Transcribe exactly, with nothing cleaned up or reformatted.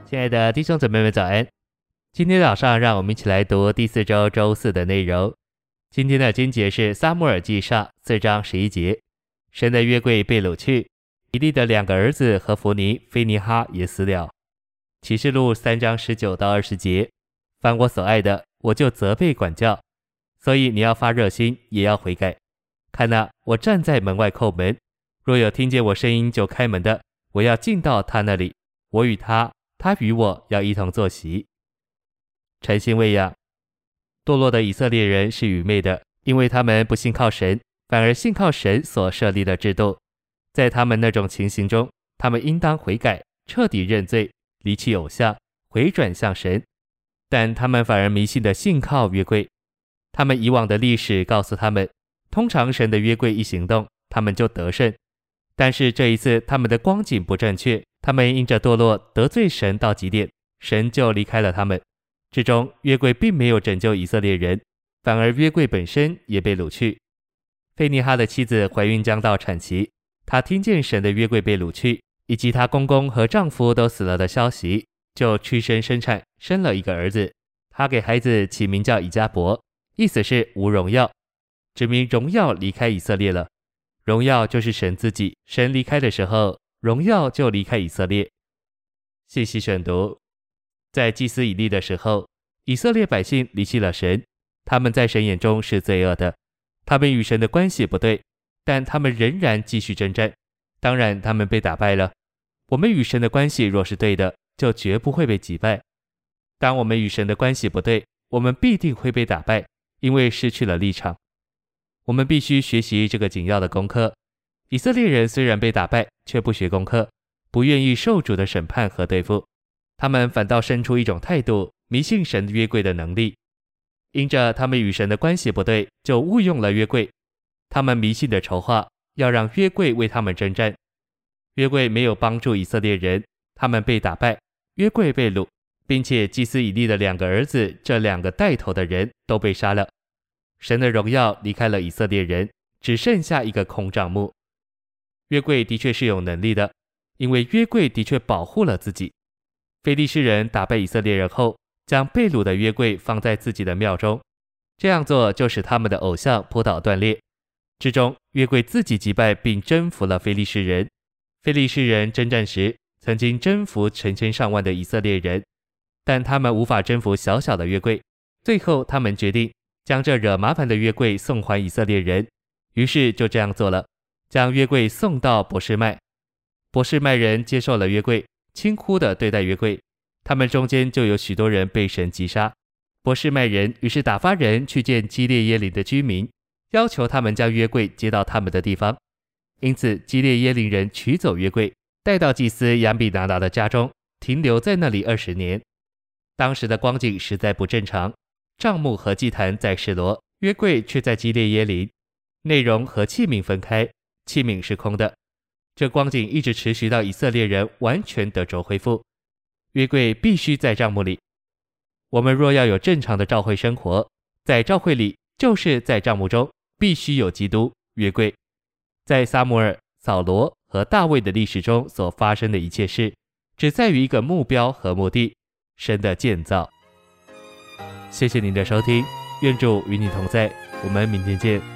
亲爱的弟兄姊妹们早安，今天早上让我们一起来读第四周周四的内容。今天的经节是撒母耳记上四章十一节，神的约柜被掳去，以利的两个儿子和弗尼、菲尼哈也死了。启示录三章十九到二十节，凡我所爱的，我就责备管教，所以你要发热心，也要悔改。看哪，我站在门外叩门，若有听见我声音就开门的，我要进到他那里，我与他，他与我要一同坐席。诚心喂养。堕落的以色列人是愚昧的，因为他们不信靠神，反而信靠神所设立的制度。在他们那种情形中，他们应当悔改，彻底认罪，离弃偶像，回转向神。但他们反而迷信的信靠约柜。他们以往的历史告诉他们，通常神的约柜一行动，他们就得胜。但是这一次他们的光景不正确，他们因着堕落得罪神到极点，神就离开了他们。之中约柜并没有拯救以色列人，反而约柜本身也被掳去。菲尼哈的妻子怀孕将到产期，她听见神的约柜被掳去，以及她公公和丈夫都死了的消息，就屈身生产，生了一个儿子。她给孩子起名叫以迦伯，意思是无荣耀，指明荣耀离开以色列了。荣耀就是神自己，神离开的时候，荣耀就离开以色列。信息选读，在祭司以利的时候，以色列百姓离弃了神，他们在神眼中是罪恶的，他们与神的关系不对，但他们仍然继续征战，当然他们被打败了。我们与神的关系若是对的，就绝不会被击败。当我们与神的关系不对，我们必定会被打败，因为失去了立场。我们必须学习这个紧要的功课。以色列人虽然被打败，却不学功课，不愿意受主的审判和对付，他们反倒生出一种态度，迷信神约柜的能力。因着他们与神的关系不对，就误用了约柜。他们迷信的筹划，要让约柜为他们征战。约柜没有帮助以色列人，他们被打败，约柜被掳，并且祭司以利的两个儿子，这两个带头的人都被杀了。神的荣耀离开了以色列人，只剩下一个空帐幕。约柜的确是有能力的，因为约柜的确保护了自己。非利士人打败以色列人后，将被掳的约柜放在自己的庙中，这样做就使他们的偶像扑倒断裂。之中，约柜自己击败并征服了非利士人。非利士人征战时，曾经征服成千上万的以色列人，但他们无法征服小小的约柜。最后他们决定将这惹麻烦的约柜送还以色列人，于是就这样做了，将约柜送到伯示麦。伯示麦人接受了约柜，轻忽地对待约柜，他们中间就有许多人被神击杀。伯示麦人于是打发人去见基列耶琳的居民，要求他们将约柜接到他们的地方。因此基列耶琳人取走约柜，带到祭司亚比拿达的家中，停留在那里二十年。当时的光景实在不正常，帐幕和祭坛在示罗，约柜却在基列耶琳，内容和器皿分开，器皿是空的。这光景一直持续到以色列人完全得着恢复。约柜必须在帐幕里。我们若要有正常的教会生活，在教会里就是在帐幕中，必须有基督约柜。在撒母耳、扫罗和大卫的历史中所发生的一切事，只在于一个目标和目的，神的建造。谢谢您的收听，愿主与你同在，我们明天见。